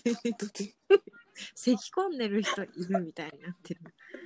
咳込んでる人いるみたいになってる。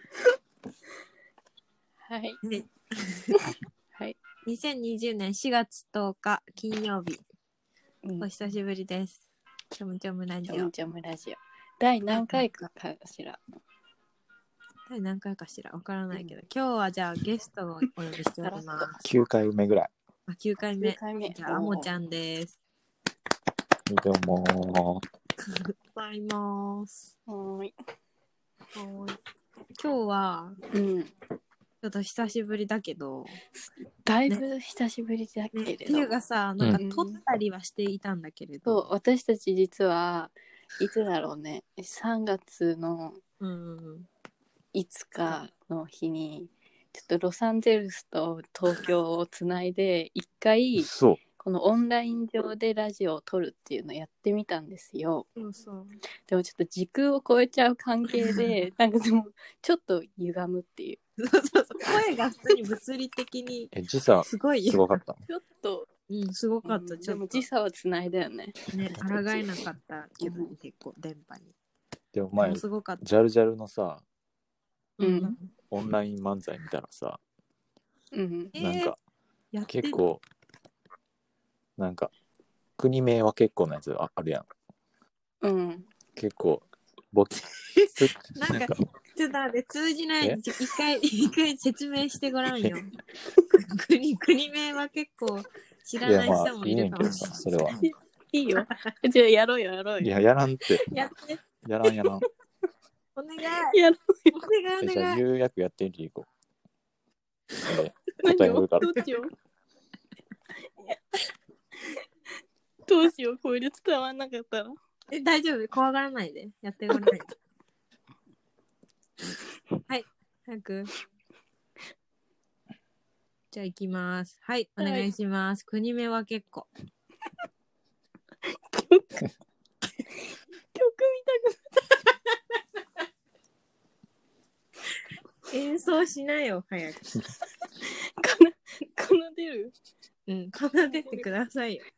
はい。はい。 2020年4月10日金曜日。お久しぶりです。ちょむちょむラジオ。 ちょむちょむラジオ。第何回かしら。 第何回かしらわからないけど、今日はじゃあゲストをお呼びしております。 9回目ぐらい。 あ、9回目。じゃあ、あもちゃんです。 どうもございます。 はい。 今日は、ちょっと久しぶりだけど、 だいぶ久しぶりだけれど、 っていうかさ、なんか撮ったりはしていたんだけれど、 そう、私たち実はいつだろうね、3月の5日の日にちょっとロサンゼルスと東京をつないで一回このオンライン上でラジオを撮るっていうのをやってみたんですよ。 そうでもちょっと時空を超えちゃう関係でなんかでもちょっと歪むっていう。 そう声が普通に物理的に時差すごいすごかった。 ちょっとすごかった。 でも時差はつないだよね。 抗えなかったけど、結構電波に。 でも前ジャルジャルのさ、オンライン漫才見たらさ、なんか結構なんか国名は結構なやつあるやん。結構ボキなんかちょっと待って、通じない。一回説明してごらんよ。国名は結構知らない人もいるかもしれない。 それは。 いいよ。じゃあやろうよ。 いや、やらんって。 やって。 やらん。 お願い。 やろうよ。 お願い。 じゃあ、有役やってみていこう。 答えるから。どっちをどうしよう、これで伝わんなかったら。 大丈夫、怖がらないで。やってごらん。はい、早く。じゃあ行きます。はい、お願いします。国名は結構。 曲見たくなった。 演奏しなよ、早く。 奏でる？ 奏でてくださいよ。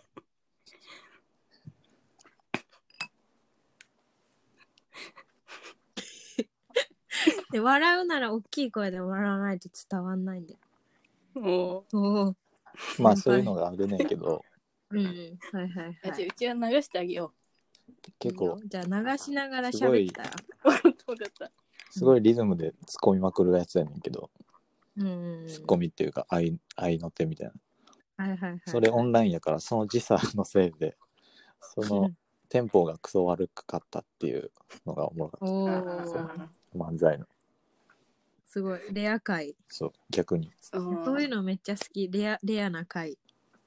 で、笑うなら大きい声で笑わないと伝わんないんだよ。 まあそういうのがあるねんけど。 はい。 うちは流してあげよう。 結構。 じゃあ流しながら喋ったら。 すごいリズムで突っ込みまくるやつやねんけど。突っ込みっていうか愛の手みたいな。それオンラインやからその時差のせいでそのテンポがクソ悪かったっていうのがおもろかった。漫才の。 すごいレア回。 そう逆に。 そういうのめっちゃ好き。レアな回。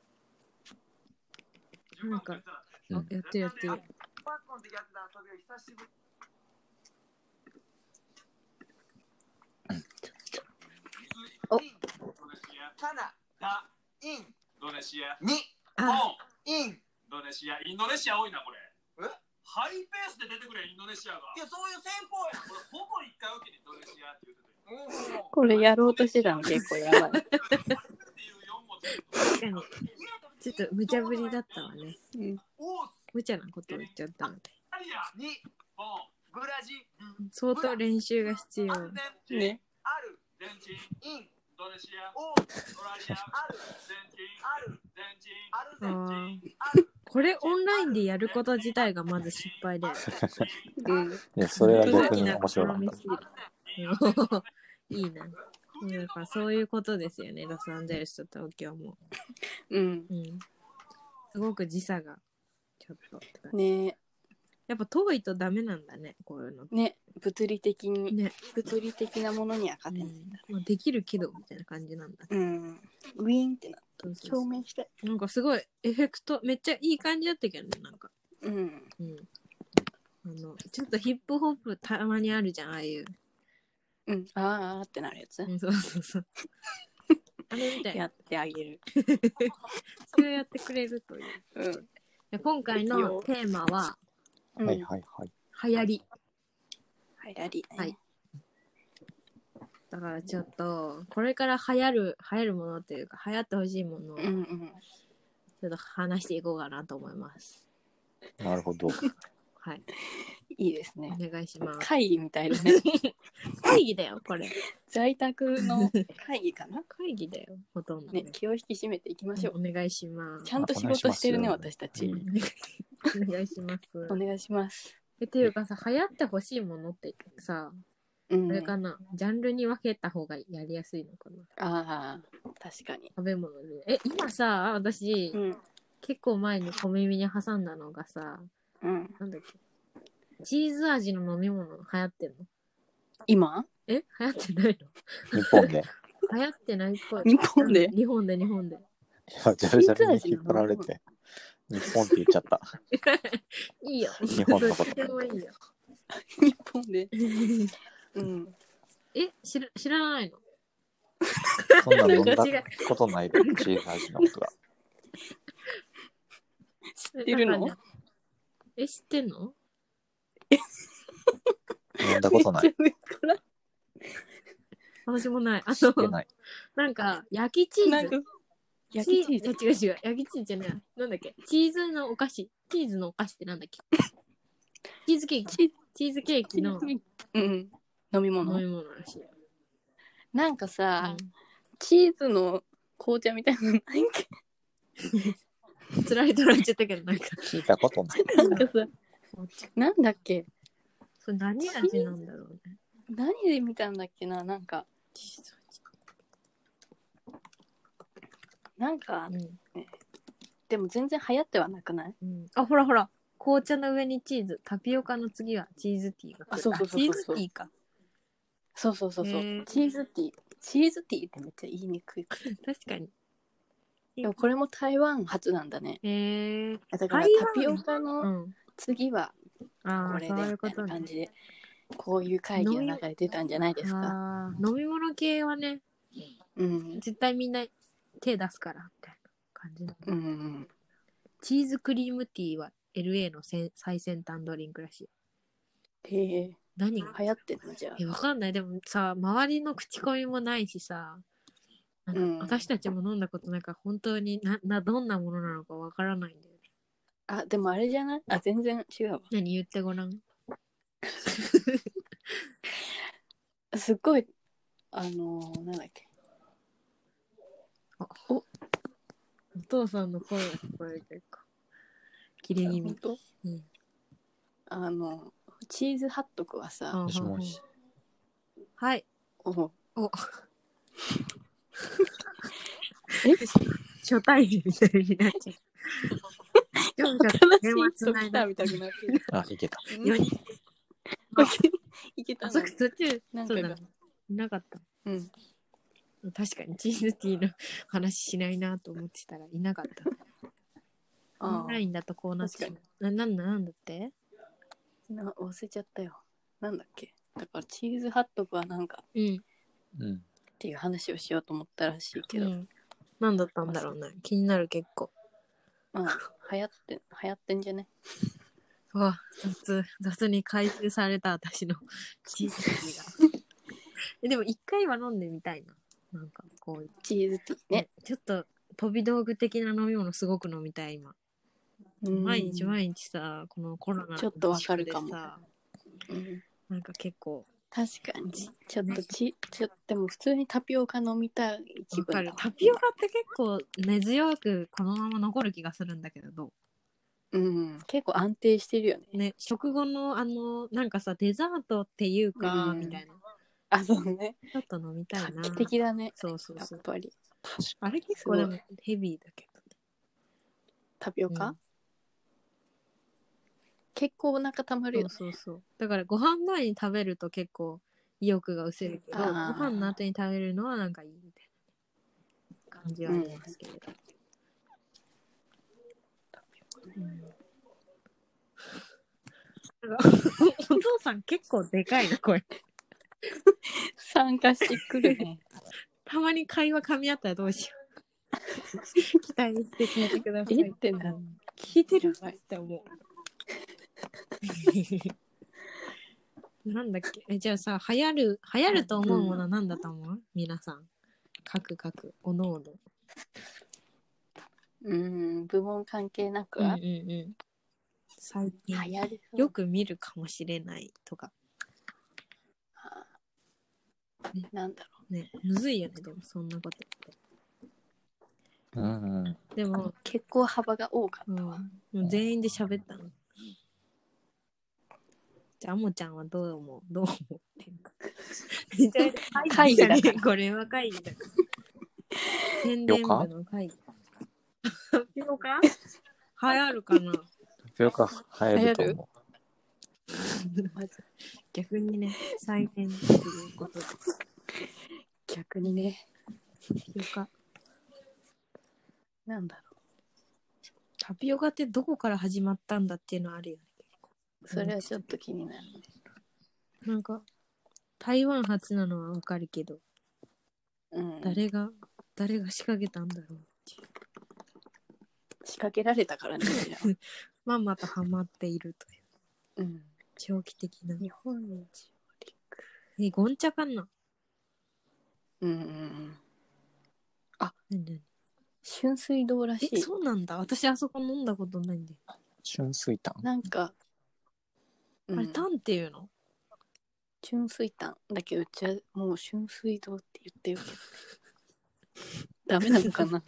なんか、やってる。 お。カナダインドネシアにインドネシア多いなこれ。ハイペースで出てくれインドネシアが。いやそういう戦法や。これほぼ1回おきにインドネシアって言ってた。 これやろうとしてたの結構やばい。 確かにちょっと無茶ぶりだったわね。無茶なことを言っちゃったので。相当練習が必要ね。 あるレンチンインドネシアオーストラリアあるレンチンあるこれオンラインでやること自体がまず失敗だよ。 いやそれは逆に面白かった。 いいな。やっぱそういうことですよね。ロサンゼルスと東京も。すごく時差がちょっとね。 やっぱ遠いとダメなんだね、こういうのね。物理的にね、物理的なものには勝てないんだ、 まあ、できるけどみたいな感じなんだ、 ウィーンってなった共鳴してなんかすごいエフェクトめっちゃいい感じだったけどね、なんかちょっとヒップホップたまにあるじゃん、ああいうあーってなるやつ、 そうあれみたいやってあげるそれをやってくれるという、で今回のテーマは流行り、だからちょっとこれから流行るものというか流行ってほしいものをちょっと話していこうかなと思います。 なるほど。 はい。 いいですね。 お願いします。 会議みたいなね。 会議だよ、これ。 在宅の会議かな。 会議だよ、ほとんど。 ね、気を引き締めていきましょう。 お願いします。 ちゃんと仕事してるね、私たち。 お願いします。 お願いします。 っていうかさ、流行ってほしいものってさ、あれかな、ジャンルに分けた方がやりやすいのかな。 ああ、確かに。 食べ物で。今さ、私、結構前に小耳に挟んだのがさ、なんだっけ。チーズ味の飲み物流行ってんの？ 今？ 流行ってないの？日本で。 流行ってないっぽい。 日本で？ 日本で。いや、ジャルジャルに引っ張られて、日本って言っちゃった。 いいよ。 日本のこと。 でもいいよ。 日本で。 知らないの？ そんな飲んだことないで、チーズ味のことが。 知ってるの？ 知ってんの？ 飲んだことない。 私もない。なんか、焼きチーズ。 焼きチーズ？ 違う。焼きチーズじゃない。なんだっけ？チーズのお菓子。チーズのお菓子ってなんだっけ？チーズケーキ。チーズケーキの飲み物らしい。 なんかさ、チーズの紅茶みたいなのないっけ？ つられ取られちゃったけど、なんか。 聞いたことない。 なんかさ、なんだっけ？ それ何味なんだろうね。 何で見たんだっけな、なんか。なんか、でも全然流行ってはなくない？ ほら。紅茶の上にチーズ。タピオカの次はチーズティーが。 そう。 チーズティーか。 そう。チーズティー。チーズティーってめっちゃ言いにくい。 確かに。 でもこれも台湾発なんだね。だからタピオカの次はこれでみたいな感じで、こういう会議の中で出たんじゃないですか。 飲み物系はね、絶対みんな手出すからみたいな感じだ、ね。チーズクリームティーは LA の最先端ドリンクらしい。何が流行ってんのじゃあ。 わかんない。でもさ、周りの口コミもないしさ、私たちも飲んだことないから本当にどんなものなのかわからないんだよね。 でもあれじゃない？全然違うわ。 何言ってごらん。 すっごいなんだっけ。 お父さんの声が聞こえる結構。切れ気味。 チーズハットクはさ、 もしもし。 はい。初対面みたいになっちゃう。電話つないだみたいになってる。 いけた。 いけた。 途中、そうだね。いなかった。確かにチーズティーの話しないなと思ってたらいなかった。オンラインだとこうなっちゃう。なんだって忘れちゃったよ。なんだっけ。だからチーズハットクはなんか、っていう話をしようと思ったらしいけど。 なんだったんだろうね。気になる結構。 流行ってんじゃね？ 雑に回収された私のチーズティーが。でも一回は飲んでみたいな。なんかこうチーズティーね。 ちょっと飛び道具的な飲み物すごく飲みたい今。毎日さ、このコロナちょっとわかるかも。 なんか結構確かにちょっとでも普通にタピオカ飲みたい気分だ。 タピオカって結構根強くこのまま残る気がするんだけど。 結構安定してるよね。食後のなんかさデザートっていうか、みたいな。 そうね。 ちょっと飲みたいな。 画期的だね。 そうやっぱり。 あれ結構でもヘビーだけど。 タピオカ？結構お腹たまるよね。 そう。だからご飯前に食べると結構意欲が失せるけど、ご飯の後に食べるのはなんかいいみたいな感じはありますけれど。お父さん結構でかいな声。 参加してくるね。 たまに会話噛み合ったらどうしよう。期待して聞いてください。 ってな。 聞いてるって思う。なんだっけ。じゃあさ、流行ると思うものは何だと思う？皆さん。各おのおの。 部門関係なくは、 最近よく見るかもしれないとか。 なんだろうね。むずいよね、でもそんなことって。でも結構幅が多かったわ。 もう全員で喋ったの。じゃあ、もちゃんはどう思ってんか。会議だね。これは会議だから。宣伝部の会議。タピオカ流行るかな。タピオカ流行ると思う。 逆にね、再現することで。 逆にね。 タピオカ。 なんだろう。 タピオカってどこから始まったんだっていうのはあるよね。 それはちょっと気になるね。 なんか台湾発なのはわかるけど、誰が仕掛けたんだろうっていう。 仕掛けられたからね。 まんまとハマっているという。長期的な。 日本に上陸。ゴンチャかな。 あ、春水堂らしい。 そうなんだ。私あそこ飲んだことないんで。 春水炭。 なんか、 あれ炭っていうの？ 春水炭だけど、うちはもう春水堂って言ってるけど。ダメなのかな。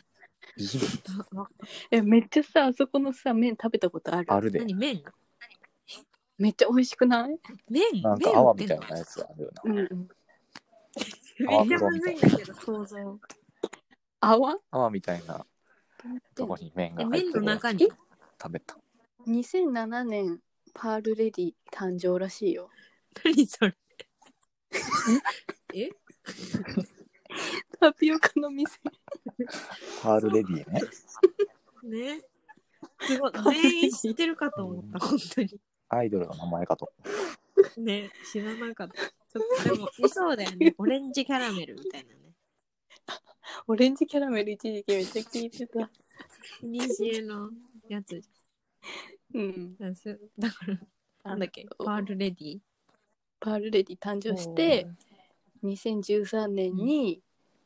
めっちゃさ、あそこのさ、麺食べたことある？ あるで。 何麺？ めっちゃ美味しくない？ 麺なんか泡みたいなやつあるよな。 めっちゃむずいんだけど、想像。 泡みたいなとこに麺が入ってる。 麺の中に食べた。 2007年パールレディ誕生らしいよ。 何それ？ タピオカの店。 パールレディね。 ね。すごい。全員知ってるかと思った、本当に。 アイドルの名前かと。 ね、知らなかった。ちょっとでも、そうだよね。オレンジキャラメルみたいなね。 オレンジキャラメル一時期めっちゃ聞いてた。 西のやつ。だから、なんだっけ、パールレディ？ パールレディ誕生して、2013年に、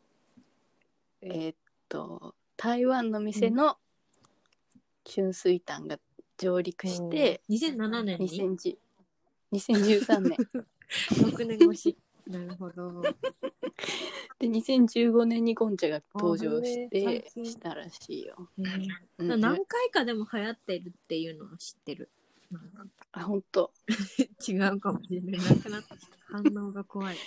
台湾の店の春水炭が上陸して、 2007年に 2013年。 6年越し。なるほど。 で、2015年にゴンチャが登場したらしいよ。 何回かでも流行ってるっていうのは知ってる。 あ、ほんと。 違うかもしれない。なくなった反応が怖い。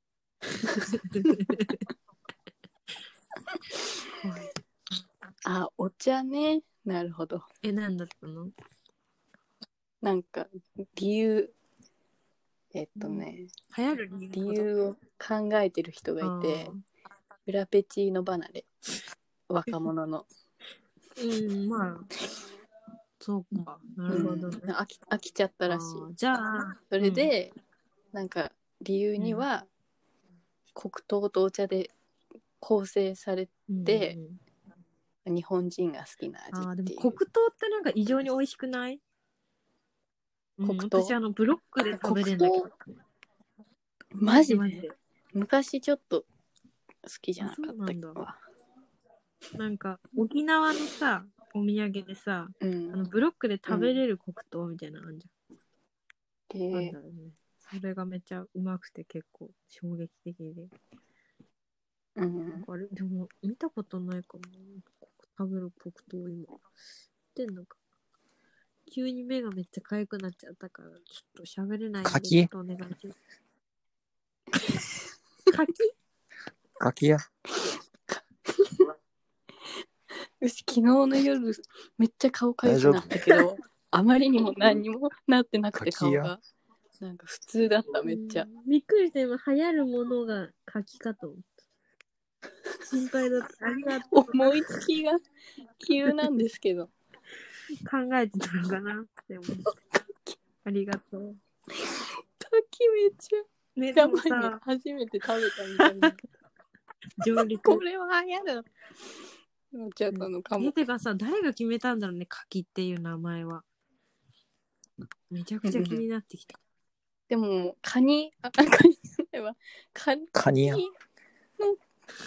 あ、お茶ね。なるほど。 何だったの？ なんか理由、 流行る理由を考えてる人がいて、フラペチーノ離れ、若者の。 まあ、そうか。なるほどね。 飽きちゃったらしい。 じゃあ、 それで、なんか理由には、黒糖とお茶で構成されて、日本人が好きな味っていう。 でも黒糖ってなんか異常に美味しくない？黒糖、私ブロックで食べれるんだけど。 マジで昔ちょっと好きじゃなかったけど。 なんか沖縄のさ、お土産でさ、ブロックで食べれる黒糖みたいなのあるじゃん。なんだろうね。それがめっちゃうまくて結構衝撃的で。あれでも見たことないかも。食べる黒糖今。知ってんのか。急に目がめっちゃ痒くなっちゃったから、ちょっと喋れないんで、ちょっとお願いします。 柿や。 よし、昨日の夜めっちゃ顔痒くなったけど、あまりにも何にもなってなくて顔がなんか普通だった。めっちゃびっくりして、今流行るものが柿かと思った。心配だった。ありがとう。 思いつきが急なんですけど考えてたのかなって思ってありがとう。 柿めっちゃね、でもさ、初めて食べたみたいな上陸。 これは流行るなっちゃったのかも。 てかさ、誰が決めたんだろうね、柿っていう名前は。めちゃくちゃ気になってきた。 でもカニはカニの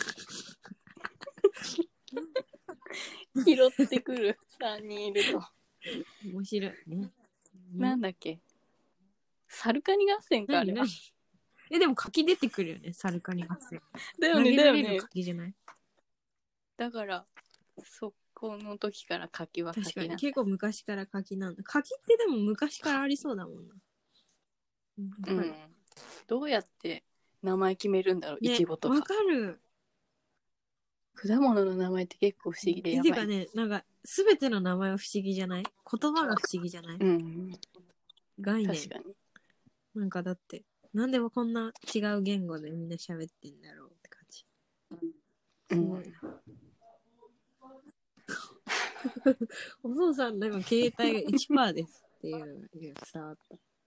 拾ってくる3人いると面白いね。 なんだっけ、サルカニ合戦かあれは。 でも柿出てくるよね、サルカニ合戦。 だよね、だよね。 柿じゃない？ だから、そこの時から柿は柿なんだ。 確かに、結構昔から柿なんだ。柿ってでも昔からありそうだもんな。 うん。どうやって名前決めるんだろう、いちごとか。 わかる。 果物の名前って結構不思議でやばい。 てかね、なんか、すべての名前は不思議じゃない？言葉が不思議じゃない？ うん。 概念。 確かに。 なんかだって、なんでもこんな違う言語でみんな喋ってんだろうって感じ。すごいな。お父さんの今携帯が 1% ですっていう伝わった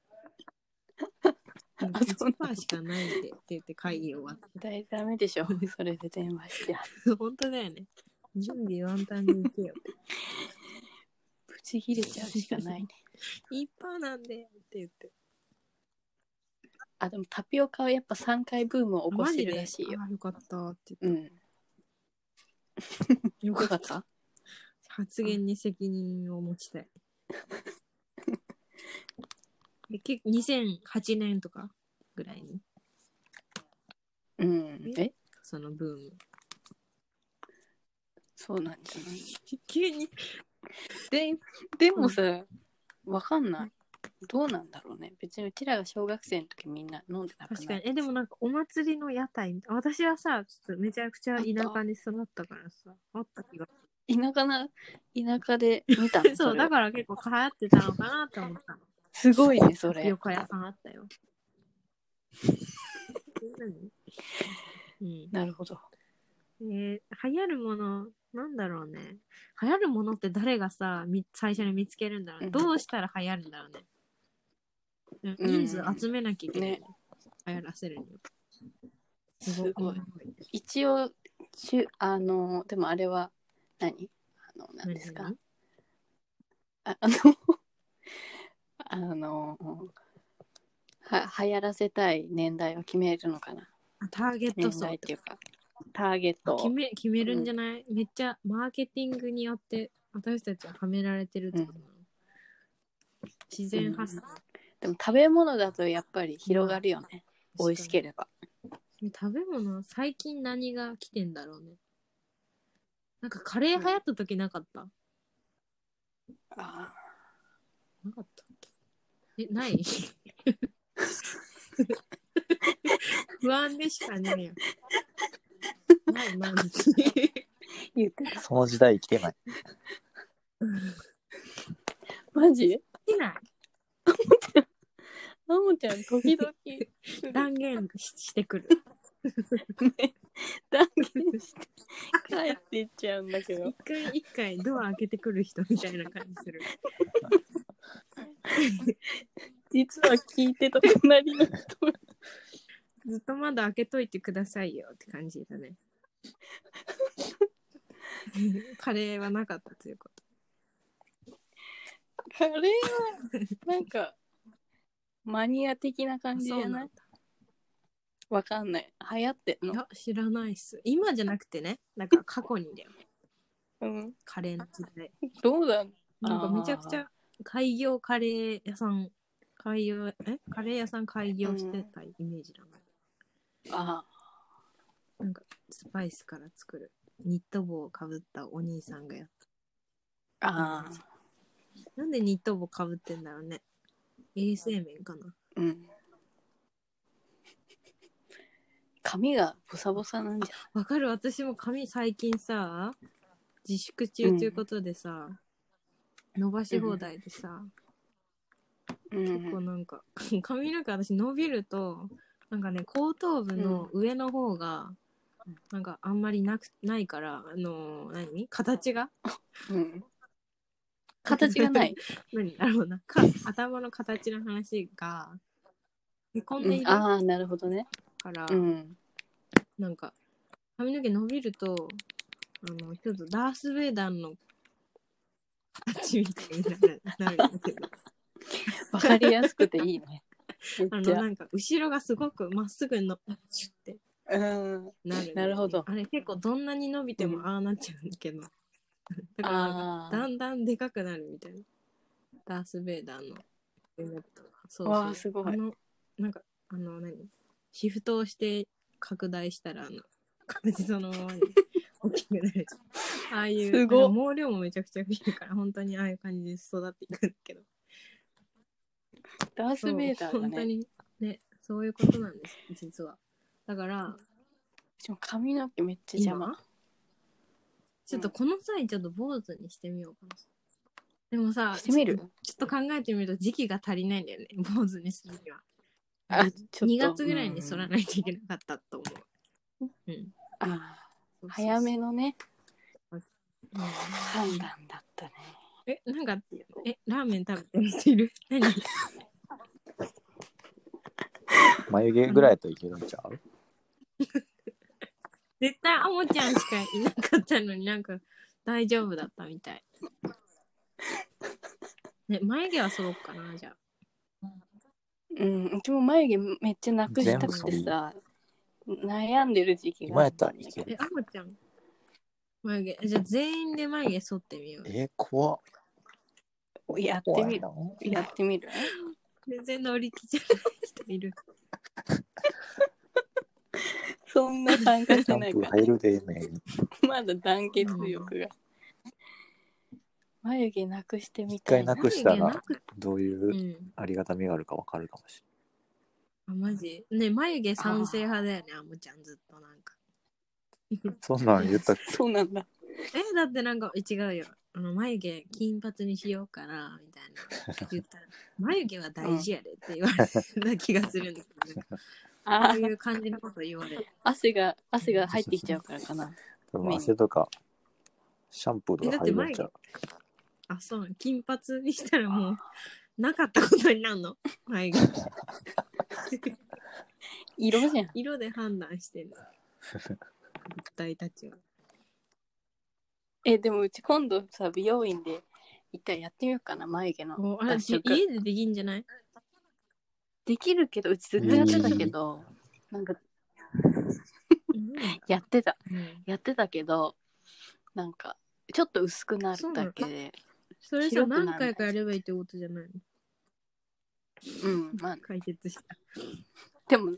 。1% しかないんでって言って会議終わった。 ダメでしょ。それで電話して。 本当だよね。準備ワンタンに行けよって。 ブチ切れちゃうしかないね。 1% なんでって言って。 あ、でもタピオカはやっぱ3回ブームを起こしてるらしいよ。 あ、よかったって言って。 よかった。 発言に責任を持ちたい。結構2008年とかぐらいに。そのブーム。 そうなんじゃない？ 急に。 でもさ、わかんない。どうなんだろうね。別にうちらが小学生の時みんな飲んでなくない？ 確かに。でもなんかお祭りの屋台、私はさ、ちょっとめちゃくちゃ田舎に育ったからさ、あった気がする。 田舎で見たの？ そう、だから結構流行ってたのかなって思ったの。 すごいね、それ。 タピオカ屋さんあったよ。 なるほど。 流行るもの、なんだろうね。流行るものって誰がさ、最初に見つけるんだろうね。どうしたら流行るんだろうね。人数集めなきゃいけない、ね。流行らせるには。 すごい。一応、でもあれは何ですか？流行らせたい年代を決めるのかな？ ターゲット層っていうか、ターゲット決めるんじゃない？めっちゃマーケティングによって私たちははめられてるってことなの？自然発生。 でも食べ物だとやっぱり広がるよね。美味しければ。 食べ物、最近何が来てんだろうね。なんかカレー流行った時なかった？なかったっけ？ない不安でしかねえよ。ないマジで。 言ってた。 その時代生きてない。 マジ？ 来ない。 あもちゃん時々 断言してくる。 ね、断言して帰っていっちゃうんだけど。 一回ドア開けてくる人みたいな感じする。 実は聞いてた隣の人。 ずっと窓開けといてくださいよって感じだね。カレーはなかったということ。 カレーはなんかマニア的な感じじゃない？わかんない。流行ってんの？ いや、知らないっす。今じゃなくてね、なんか過去にだよ。カレーの時代。 どうだ？ なんかめちゃくちゃ開業カレー屋さん、カレー屋さん開業してたイメージだな。なんかスパイスから作るニット帽をかぶったお兄さんがやった。なんでニット帽かぶってんだろうね。衛生面かな。 髪がボサボサなんじゃん。 わかる。私も髪最近さ、自粛中ということでさ、伸ばし放題でさ、結構なんか髪の毛私伸びるとなんかね、後頭部の上の方がなんかあんまりないから形が形がない何だろうな頭の形の話がへこんでいる、 なるほどね。 から、なんか髪の毛伸びるとちょっとダース・ベイダーの形みたいになるんだけどわかりやすくていいね。 なんか後ろがすごくまっすぐのシュッてなる、 なるほど。 あれ結構どんなに伸びてもああなっちゃうんだけど、だからなんかだんだんでかくなるみたいな。 ダース・ベイダーのヘルメット。そうわあ、すごい。 なんか、シフトをして拡大したら、形そのままに大きくなる。ああいう、 すごい。 毛量もめちゃくちゃ増えるから、本当にああいう感じで育っていくんだけど。 ダース・ベイダーだね。 本当にね、そういうことなんです、実は。だから、 髪の毛めっちゃ邪魔。 ちょっとこの際、ちょっと坊主にしてみようかな。でもさ、 してみる？ ちょっと考えてみると時期が足りないんだよね、坊主にするには。 あ、ちょっと。 2月ぐらいに剃らないといけなかったと思う。 うん。ああ、早めのね、判断だったね。 なんか、ラーメン食べてる人いる？何？ 眉毛ぐらいといけるんちゃう？ 絶対アモちゃんしかいなかったのになんか大丈夫だったみたい。ね、眉毛は揃っかな、じゃあ。 うん、うちも眉毛めっちゃなくしたくてさ、悩んでる時期があったんだけど。 アモちゃん眉毛、じゃあ全員で眉毛剃ってみよう。 怖っ。 やってみる。やってみる。 全然乗り気じゃない人いる。 そんな参加してないから。 入るでね。 まだ団結力が。眉毛なくしてみたい。一回なくしたらどういうありがたみがあるかわかるかもしれない。マジね、眉毛賛成派だよね、アモちゃんずっとなんか。 そんなん言ったっけ？ そうなんだ。 だってなんか違うよ。眉毛金髪にしようかなみたいな言ったら眉毛は大事やでって言われた気がするんだけど、ああいう感じのこと言われる。 汗が入ってきちゃうからかな。 汗とかシャンプーとか入るんちゃう？ あ、そう、金髪にしたらもうなかったことになるの眉毛。 色じゃん。 色で判断してる。物体たちは。 でもうち今度さ、美容院で一回やってみようかな、眉毛の脱色。 家でできんじゃない？ できるけど、うちずっとやってたけど、なんかやってたけど、なんかちょっと薄くなるだけで。 それさ、何回かやればいいってことじゃないの？ うん、まあ解決した。 でも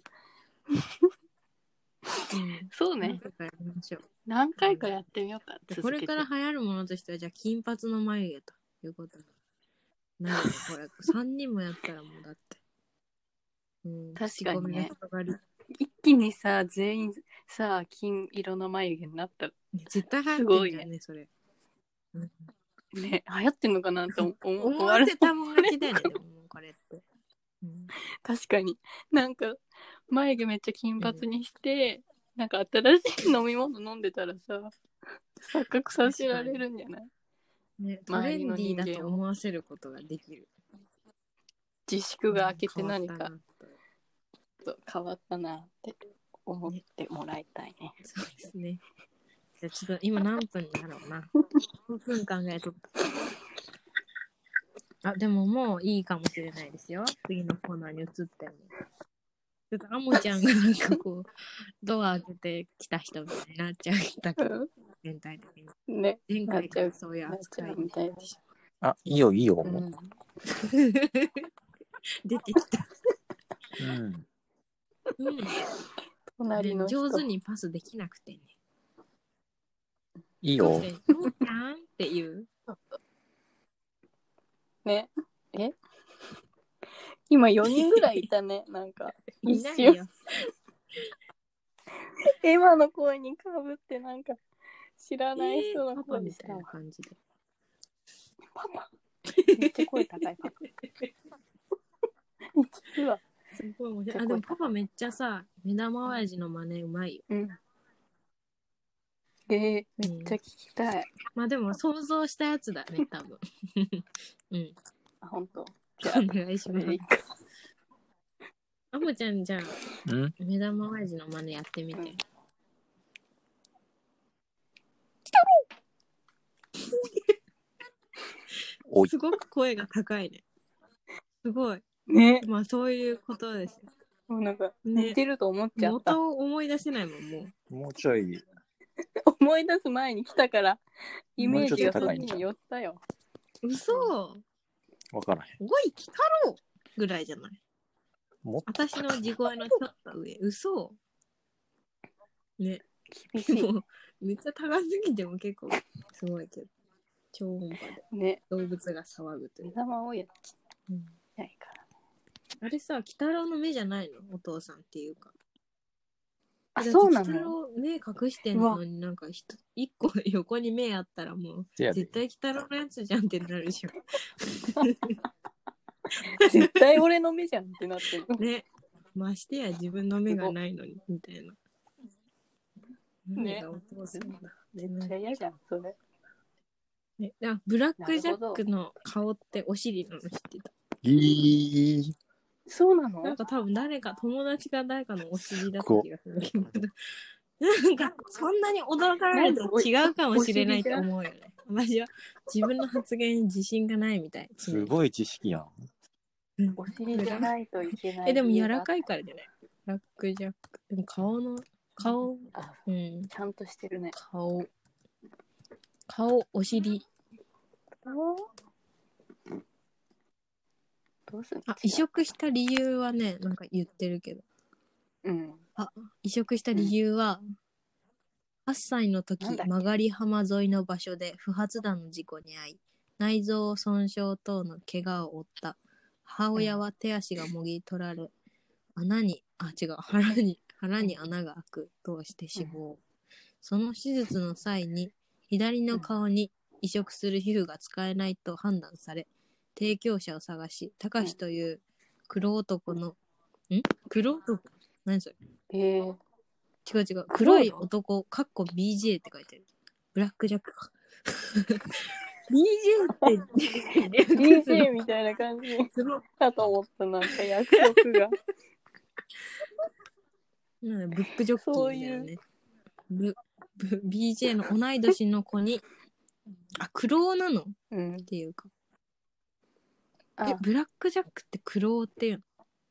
そうね。何回かやってみようか。 これから流行るものとしては、じゃあ金髪の眉毛ということなるね。これ3人もやったらもうだって。 確かにね。一気にさ、全員さ、金色の眉毛になったら絶対流行ってんじゃんね、それ。 ね、流行ってんのかなと思わせたもん勝ちだよね、でもこれって。 確かに。なんか、眉毛めっちゃ金髪にして、なんか新しい飲み物飲んでたらさ、錯覚させられるんじゃない？ ね、トレンディーだと思わせることができる。 自粛が明けて何か変わったなって思ってもらいたいね。 そうですね。じゃあちょっと今何分になろうな。5分考えとった。でももういいかもしれないですよ。次のコーナーに移っても。ちょっとアモちゃんがなんかこう、ドア開けてきた人みたいになっちゃったけど、全体的に。 ね。 前回からそういう扱いみたいでしょ。いいよ。 出てきた。 隣の人上手にパスできなくてね。 いいよ。 アモちゃんって言う。 ね。今4人ぐらいいたね。なんか一瞬今の声にかぶってなんか知らない人の声みたいな感じで。 パパめっちゃ声高いパパ。実はすごい面白い。でもパパめっちゃさ、目玉親父の真似うまいよ。 めっちゃ聞きたい。 まあでも想像したやつだね、多分。 本当。 じゃあお願いします。アモちゃんじゃあ、目玉親父の真似やってみて。すごく声が高いね。すごい。 ね。 まあそういうことですよ。 もうなんか似てると思っちゃった。 元を思い出せないもん、もう。もうちょい。 思い出す前に来たから、イメージがそっちに寄ったよ。 嘘。 わからへん。 おい、来たろぐらいじゃない？私の地声のちょっと上。嘘ね。 厳しい。 もうめっちゃ高すぎても結構すごいけど。超音波で。ね。動物が騒ぐという。 目玉多いやつ。ないから。 あれさ、鬼太郎の目じゃないの？お父さんっていうか。 あ、そうなの？ 鬼太郎目隠してんのになんか一個横に目あったらもう絶対鬼太郎のやつじゃんってなるでしょ。 絶対俺の目じゃんってなってる。 ね。ましてや自分の目がないのにみたいな。 ね。お父さんだ。めっちゃ嫌じゃんそれ。 ね、ブラックジャックの顔ってお尻なの知ってた？ そうなの？ なんか多分友達が誰かのお尻だった気がするけど。なんかそんなに驚かれると違うかもしれないと思うよね。私は自分の発言に自信がないみたい。 すごい知識やん。 お尻じゃないといけない。 でも柔らかいからじゃない？ブラックジャック。でも顔、 うん。ちゃんとしてるね。 顔、お尻。 どうする？ 移植した理由はね、なんか言ってるけど。 うん。 移植した理由は、8歳の時、曲がり浜沿いの場所で不発弾の事故に遭い、内臓損傷等の怪我を負った。母親は手足がもぎ取られ、腹に穴が開くとして死亡。その手術の際に、左の顔に移植する皮膚が使えないと判断され、提供者を探し、たかしという黒男の、黒男？何それ？違う。黒い男、かっこ BJ って書いてある。ブラックジャックか。BJ って、 BJ みたいな感じかと思った、なんか約束が。 ブックジョッキーだよね。BJ の同い年の子に、クローなの、っていうか。ブラックジャックってクローっていう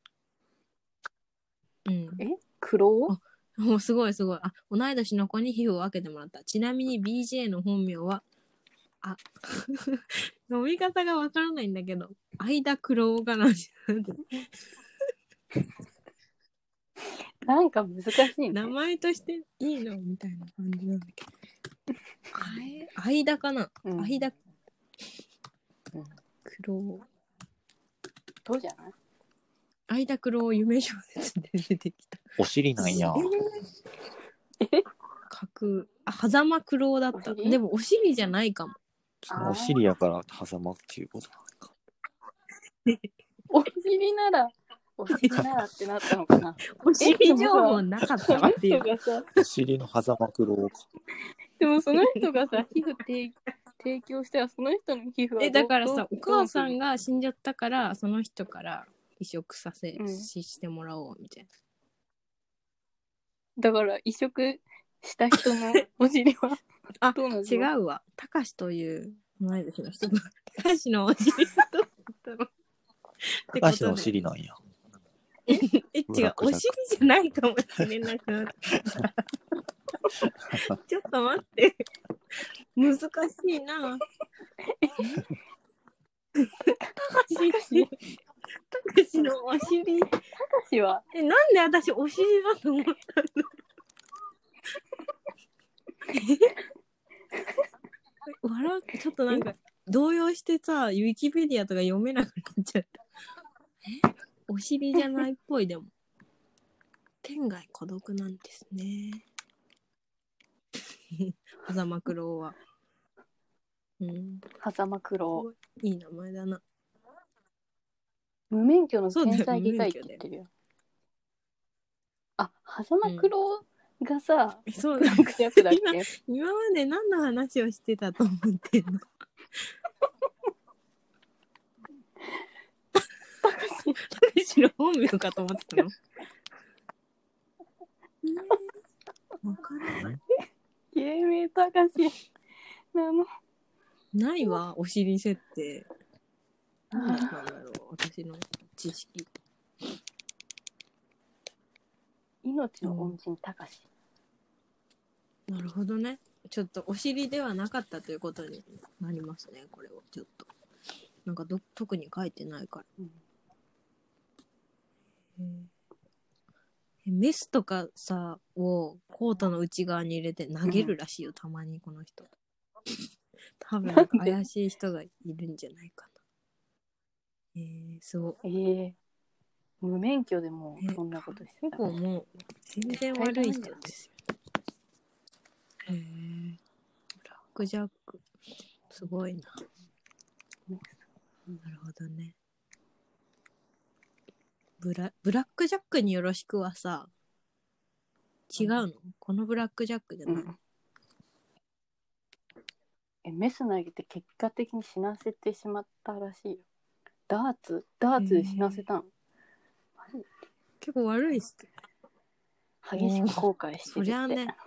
の？ クロー？もうすごい。同い年の子に皮膚を分けてもらった。ちなみに BJ の本名は、飲み方がわからないんだけど、間クローかな。 なんか難しいね。 名前としていいのみたいな感じなんだけど。間かな、間。クロー。 どうじゃない？ 間クロー夢小説で出てきた。 お尻なんや。 狭間クローだった。でもお尻じゃないかも。 お尻やから狭間っていうことなのか。 お尻ならってなったのかな。 お尻情報なかったわっていう。 お尻の狭間クローか。 でもその人がさ、皮膚提供したらその人の皮膚はだからさ、お母さんが死んじゃったからその人から移植してもらおうみたいな。だから移植した人のお尻はどうなの？ 違うわ。たかしという同い年の人とたかしのお尻とたかしのお尻なんや。 違う、お尻じゃないかもしれなくなった。ちょっと待って。難しいな。たかしのお尻。たかしはなんで私お尻だと思ったの？ちょっとなんか動揺してさ、ウィキペディアとか読めなくなっちゃった。お尻じゃないっぽい。でも天涯孤独なんですね。狭間クローは。 狭間クロー。いい名前だな。 無免許の天才外科医って言ってるよ。狭間クローがさ、 そうだ。今まで何の話をしてたと思ってんの？たかしの本名かと思ってたの？わからない。 芸名たかしなの？ ないわ、お尻設定。何なんだろう、私の知識。 命の恩人たかし。 なるほどね。ちょっとお尻ではなかったということになりますね、これをちょっと。 なんか特に書いてないから。メスとかさをコートの内側に入れて投げるらしいよ、たまにこの人。多分なんか怪しい人がいるんじゃないかな。すごい。 無免許でもそんなことしてた。結構もう全然悪い人ですよ。ブラックジャック。すごいな。なるほどね。ブラックジャックによろしくはさ、違うの？このブラックジャックじゃない？ メス投げて結果的に死なせてしまったらしいよ。ダーツで死なせたの。 結構悪いっすね。 激しく後悔してるって。 そりゃあね、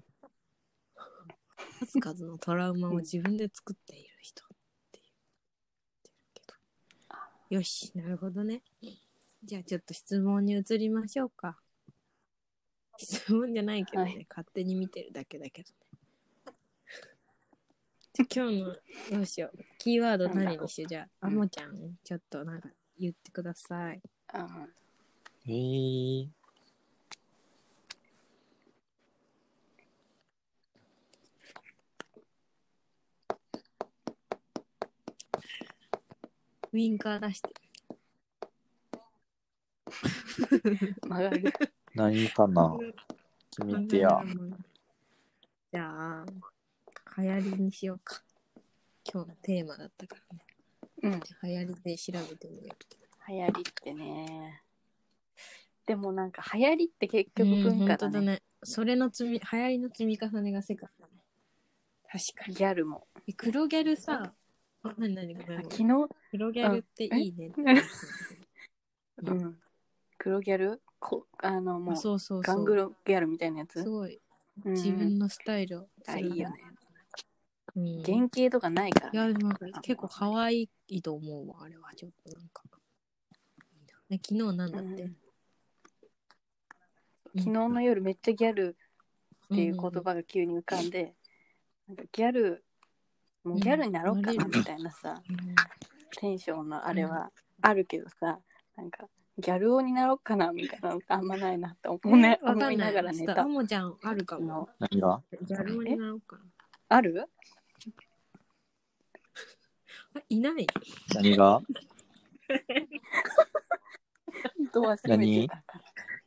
数々のトラウマを自分で作っている人って言ってるけど。よし、なるほどね。じゃあちょっと質問に移りましょうか。質問じゃないけどね、はい、勝手に見てるだけだけどね。今日のどうしよう。キーワード何にしよう。じゃあ、あもちゃん、ちょっとなんか言ってください。ウィンカー出して曲がる。 何かな、決めてや。 じゃあ流行りにしようか。今日のテーマだったからね。流行りで調べてみよう。 流行りってね。でもなんか流行りって結局文化だね。 本当だね。それの流行りの積み重ねが世界だね。確かに。 ギャルも。 黒ギャルさ。何ごめん。 昨日黒ギャルっていいねって。 黒ギャルもうそうガングロギャルみたいなやつ。 すごい。自分のスタイルを。 いいよね。原型とかないから、 ね。いや、なんか結構可愛いと思うわ、あれは。ちょっとなんか。昨日なんだって。 昨日の夜めっちゃギャルっていう言葉が急に浮かんで、なんかギャルになろうかなみたいなさ、テンションのあれはあるけどさ、なんかギャル男になろうかなみたいなのあんまないなって思いながら寝た。 あもちゃんあるかも。 何が？ ギャル男になろうかな。 ある？ いない。 何が？ ドア閉めてたから。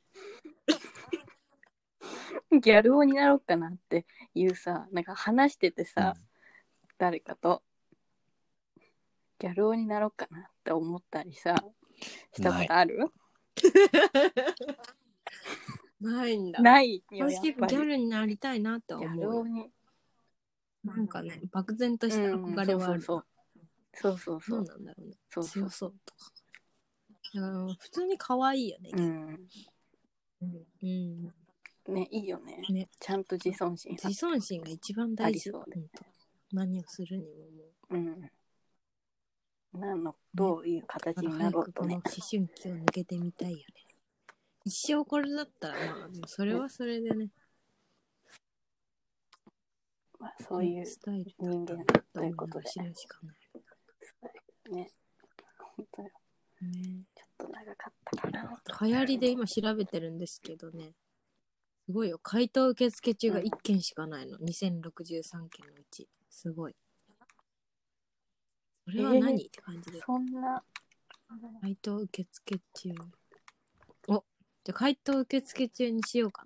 ギャル男になろうかなっていうさ、なんか話しててさ、誰かとギャル男になろうかなって思ったりさ、したことある？ ないんだ。 ないよ。 私結構ギャルになりたいなって思う。ギャルになんかね、漠然とした憧れはある。 そう。 そうなんだろうね。強そうとか。普通に可愛いよね。 ね、いいよね。ちゃんと自尊心。 自尊心が一番大事。何をするにもどういう形になろうとね。 この思春期を抜けてみたいよね。一生これだったらまあそれはそれでね。 まあそういう人間ということで。 知るしかない。 ね。本当よ。ちょっと長かったかな。 流行りで今調べてるんですけどね。すごいよ。回答受付中が1件しかないの。2063件のうち。すごい。それは何、って感じで。 そんな。 回答受付中。お、じゃあ回答受付中にしようかな。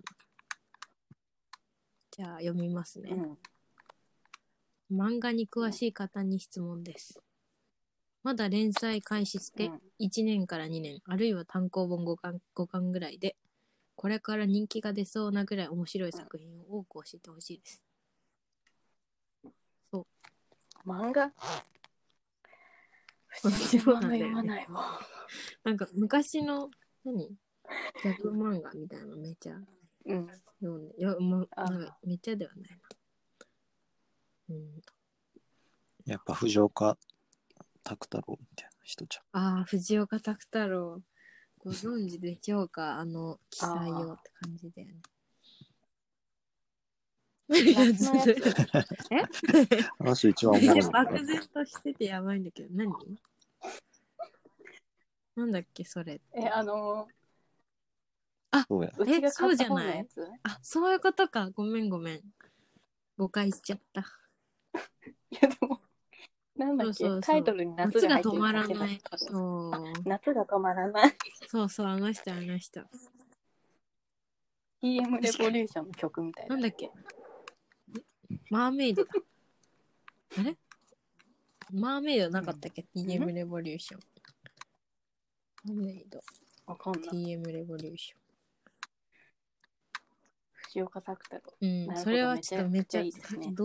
じゃあ読みますね。漫画に詳しい方に質問です。まだ連載開始して1年から2年、あるいは単行本5巻ぐらいで、これから人気が出そうなぐらい面白い作品を多く教えてほしいです。そう。 漫画？私は読まないわ。 なんか昔のギャグ漫画みたいなのめっちゃ読んで、なんかめっちゃではないな。 やっぱ藤岡拓太郎みたいな人じゃん。藤岡拓太郎。ご存知でしょうか？記載用って感じだよね。 話一番重い。 漠然としててやばいんだけど、何？ なんだっけそれ。 そうや。 うちがそうじゃない。そういうことか。ごめん。誤解しちゃった。 いやでもなんだっけそうタイトルに夏が入ってるだけだ。夏が止まらない。 そうあの人。 TM レボリューションの曲みたいな。 なんだっけマーメイドだ。あれマーメイドなかったっけ、TM レボリューション。マーメイド。 わかんない。 TM レボリューション。 藤岡拓太郎。 それはちょっとめっちゃいいですね。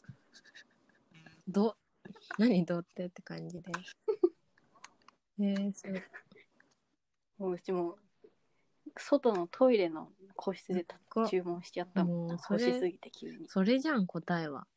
何どうって感じで。そうもううちも外のトイレの個室で注文しちゃったもん。欲しすぎて急に。 それじゃん答えは。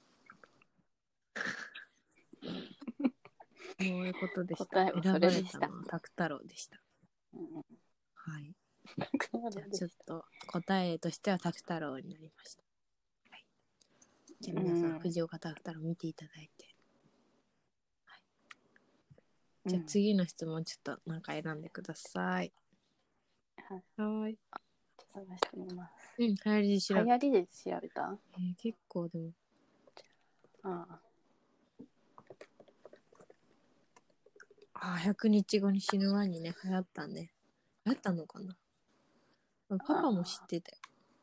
そういうことでした。 答えはそれでした。 拓太郎でした。はい。じゃあちょっと答えとしては拓太郎になりました。はい、じゃあ皆さん、藤岡拓太郎見ていただいて。はい、じゃあ次の質問ちょっとなんか選んでください。はい。 探してみます。 流行りで調べた？ 結構でも。100日後に死ぬワニね、流行ったね。流行ったのかな？パパも知ってたよ。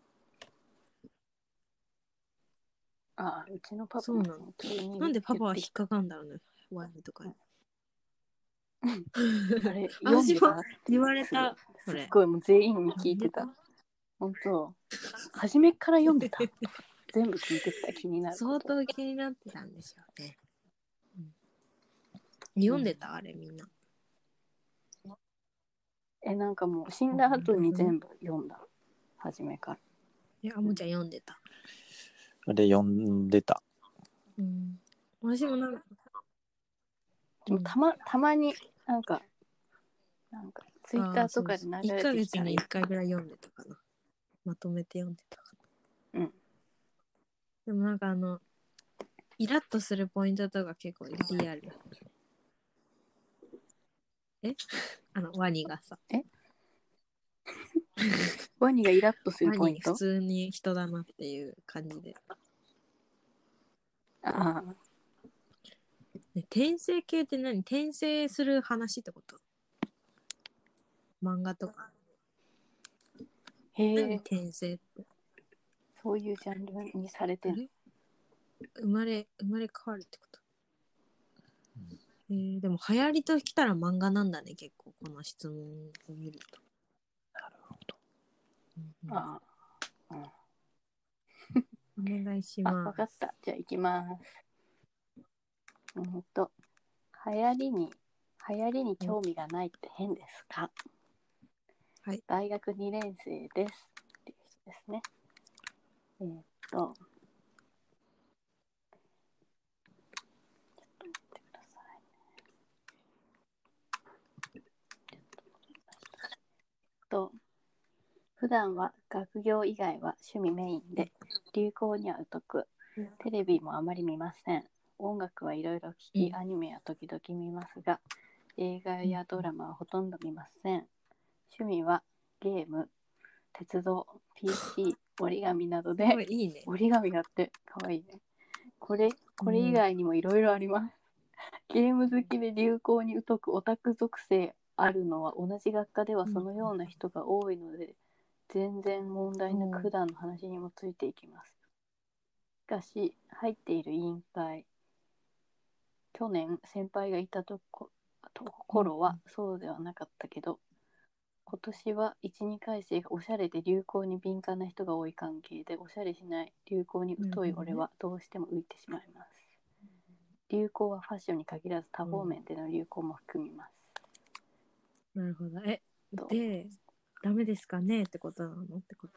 うちのパパも。そうなの。なんでパパは引っかかんだろうね、ワニとかに。 あれ、私も言われた。 すっごいもう全員に聞いてた。本当。初めから読んでた。全部聞いてた。気になる。 相当気になってたんでしょうね。読んでた、あれみんな。 なんかもう死んだ後に全部読んだ。初めから。 あもちゃん読んでた。 あれ読んでた。 私もなんか。 でもたまになんかツイッターとかで流れてきたら1ヶ月に1回ぐらい読んでたかな。まとめて読んでたかな。でもなんかイラッとするポイントとか結構リアル。ワニがさ。 ワニがイラッとするポイント？ ワニ普通に人だなっていう感じで。転生系って何？転生する話ってこと？漫画とか。何転生って。 そういうジャンルにされてる。 生まれ変わるってこと。でも流行りときたら漫画なんだね、結構この質問を見ると。 なるほど。 お願いします。 分かった。じゃあ行きます。流行りに興味がないって変ですか？はい。大学2年生です。っていう人ですね。ちょっと待ってくださいね。普段は学業以外は趣味メインで、流行には疎く、テレビもあまり見ません。音楽はいろいろ聴き、アニメは時々見ますが、映画やドラマはほとんど見ません。趣味はゲーム、鉄道、PC、折り紙などで、 いいね、 折り紙だってかわいいね。これ以外にもいろいろあります。ゲーム好きで流行に疎くオタク属性あるのは同じ学科ではそのような人が多いので、全然問題なく普段の話にもついていきます。しかし入っている委員会、去年先輩がいた頃はそうではなかったけど、今年は 1,2 回生がおしゃれで流行に敏感な人が多い関係で、おしゃれしない流行に疎い俺はどうしても浮いてしまいます。流行はファッションに限らず多方面での流行も含みます。 なるほど。でダメですかねってことなのってこと？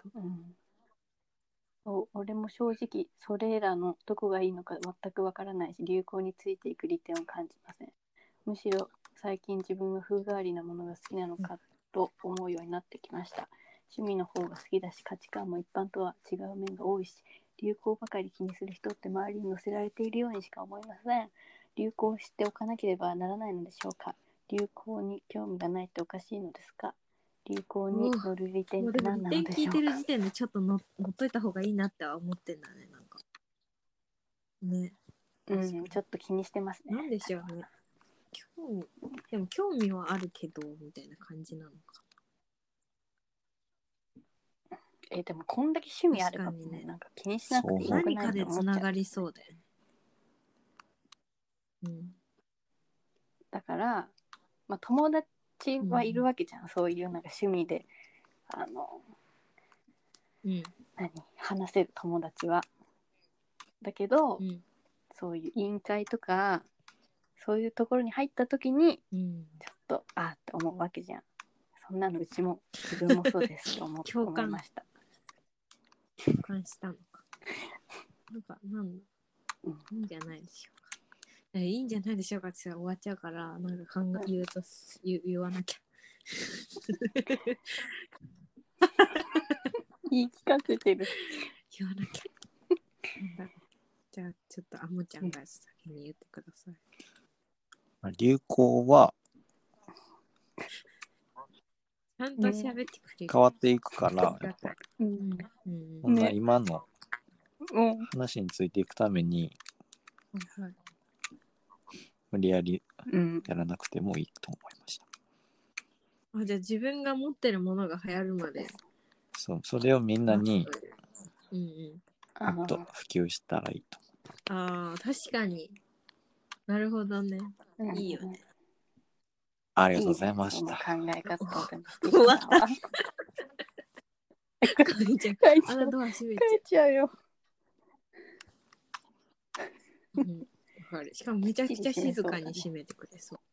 俺も正直それらのどこがいいのか全くわからないし、流行についていく利点を感じません。むしろ最近自分は風変わりなものが好きなのかと思うようになってきました。趣味の方が好きだし、価値観も一般とは違う面が多いし、流行ばかり気にする人って周りに乗せられているようにしか思いません。流行を知っておかなければならないのでしょうか。 流行に興味がないっておかしいのですか？流行に乗る利点って何なのでしょうか？ 利点聞いてる時点でちょっと乗っといた方がいいなっては思ってんだね、なんか。ね。 ちょっと気にしてますね。 なんでしょうね。でも興味はあるけど、みたいな感じなのか。 でもこんだけ趣味あれば、ね、なんか気にしなくていいのかな。 何かでつながりそうだよね。 だから、まあ、友達はいるわけじゃん、そういうなんか趣味で話せる友達は。だけど、そういう委員会とかそういうところに入った時に、ちょっとって思うわけじゃん。そんなのうちも自分もそうですと思いました。 共感したのか。いいんじゃないでしょうか。いいんじゃないでしょうかって終わっちゃうから、なんか言わなきゃ。 言い聞かせてる。 言わなきゃ。じゃあちょっとあもちゃんが先に言ってください。 流行はちゃんと喋ってくれる。 変わっていくからやっぱ、今の話についていくために、無理やりやらなくてもいいと思いました。 じゃあ自分が持ってるものが流行るまで。 それをみんなにもっと普及したらいいと思う。確かに。なるほどね。いいよね。 ありがとうございました。 考え方終わった。帰っちゃうよ。 わかる。しかもめちゃくちゃ静かに閉めてくれそう。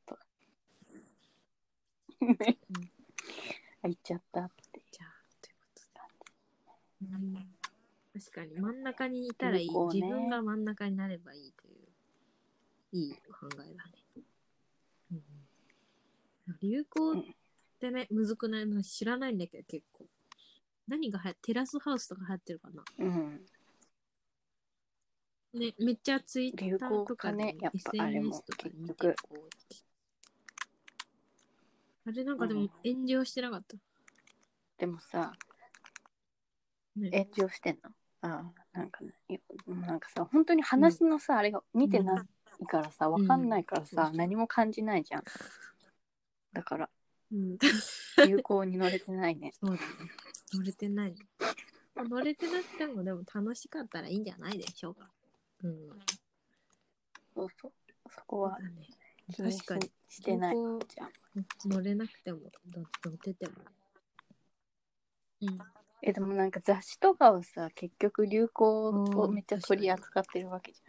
入っちゃったって。 じゃあということで。確かに真ん中にいたらいい。自分が真ん中になればいいといういい考えだね。流行ってね、むずくないの知らないんだけど結構。何がテラスハウスとか流行ってるかな。ね、めっちゃツイッターとかね、SNS とか見てあれなんかでも炎上してなかった。 でもさ、炎上してんの？なんかね、なんかさ、本当に話のさ、あれが見てないからさ、わかんないからさ、何も感じないじゃん。だから、流行に乗れてないね。 そうだね。乗れてない。乗れてなくてもでも楽しかったらいいんじゃないでしょうか。 そうそう。そこは気にしてないじゃん。 乗れなくても乗ってても。 でもなんか雑誌とかはさ、結局流行をめっちゃ取り扱ってるわけじ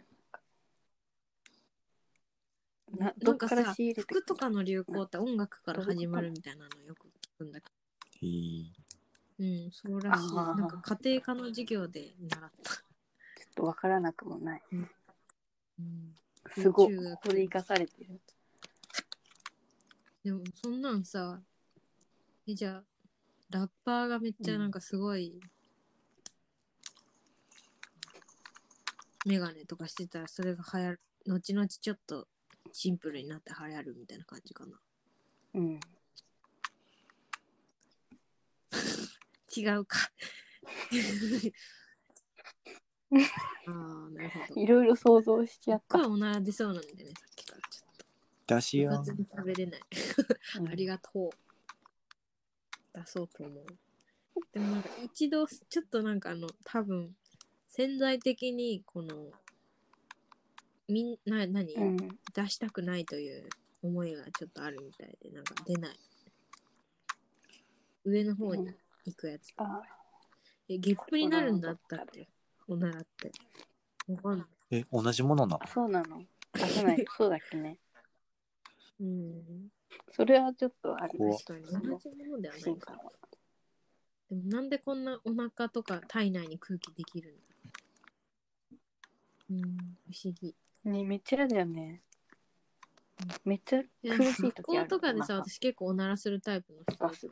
ゃん。 なんかさ、服とかの流行って音楽から始まるみたいなのよく聞くんだけど。そうらしい。なんか家庭科の授業で習った。 ちょっとわからなくもない。すごい。ここで生かされてる。 でもそんなんさ、じゃあラッパーがめっちゃなんかすごい、メガネとかしてたらそれが流行る。後々ちょっとシンプルになって流行るみたいな感じかな。違うか。なるほど。 いろいろ想像しちゃった。 声おなら出そうなんでね、さっきからちょっと。 出しよう。 部活で食べれない。ありがとう。出そうと思う。でもなんか一度ちょっとなんか多分潜在的にこの出したくないという思いがちょっとあるみたいで、なんか出ない。上の方に行くやつ。ゲップになるんだったって。おならって。わかんない。 同じものなの？ そうなの。出さない。そうだっけね。それはちょっとある。 確かに同じものではないから。でもなんでこんなお腹とか体内に空気できるんだ。不思議。 ね、めっちゃ嫌だよね。めっちゃ苦しい時ある。 学校とかでさ、私結構おならするタイプの人だ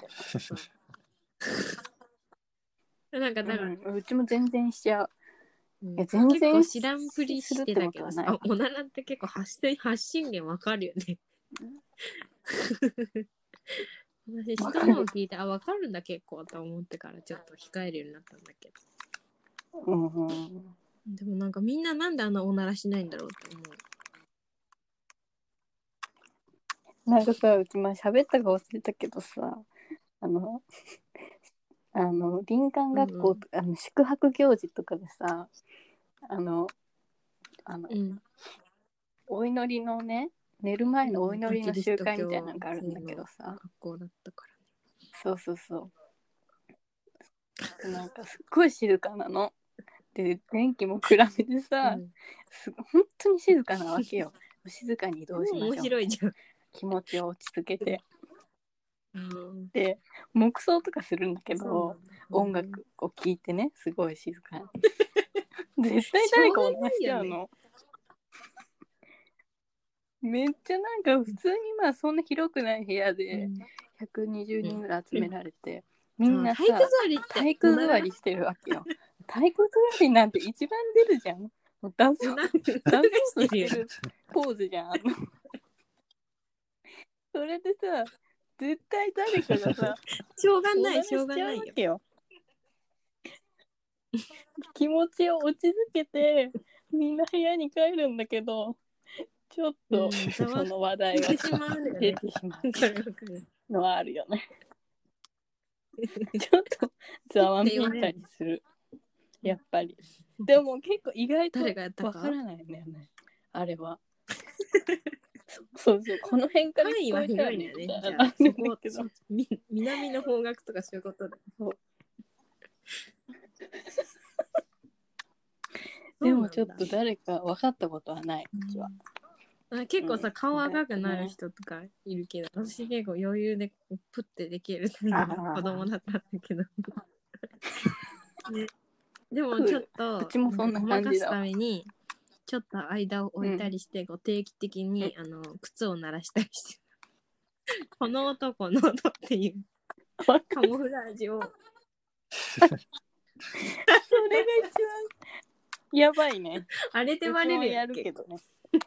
なんかだから、 うちも全然しちゃう。 結構知らんぷりしてたけどさ、おならって結構発信源わかるよね。 私人のを聞いて分かるんだ結構と思ってからちょっと控えるようになったんだけど、でもなんかみんななんであんなおならしないんだろうって思う。なんかさ、うち前喋ったか忘れたけどさ、林間学校とか、宿泊行事とかでさ、お祈りのね、寝る前のお祈りの集会みたいなのがあるんだけどさ、 学校だったからね。そうなんかすっごい静かなので、電気も暗めでさ、本当に静かなわけよ。静かに移動しましょう。 面白いじゃん。 気持ちを落ち着けて、で黙想とかするんだけど、音楽を聴いてね、すごい静かに絶対誰かおならしちゃうの。めっちゃなんか普通にまあそんな広くない部屋で120人ぐらい集められて、みんなさ体育座りしてるわけよ。体育座りなんて一番出るじゃん。もうダンスしてるポーズじゃん。それでさ、絶対誰かがさしょうがないよ。気持ちを落ち着けてみんな部屋に帰るんだけど、ちょっとその話題が出てしまうのはあるよね。ちょっとざわめいたりする、やっぱり。でも結構意外とわからないんだよね、あれは。そうこの辺から聞こえたらね、 じゃあそこ南の方角とかそういうことだ。 でもちょっと誰か分かったことはない、うちは。 結構さ、顔赤くなる人とかいるけど、私結構余裕でプッてできるタイプの子供だったんだけど、ね、でもちょっとうちもそんな感じだ。 ごまかすためにちょっと間を置いたりして、定期的に靴を鳴らしたりしてこの音この音っていうカモフラージュをそれが一番やばいね。 あれでバレるやるけどね。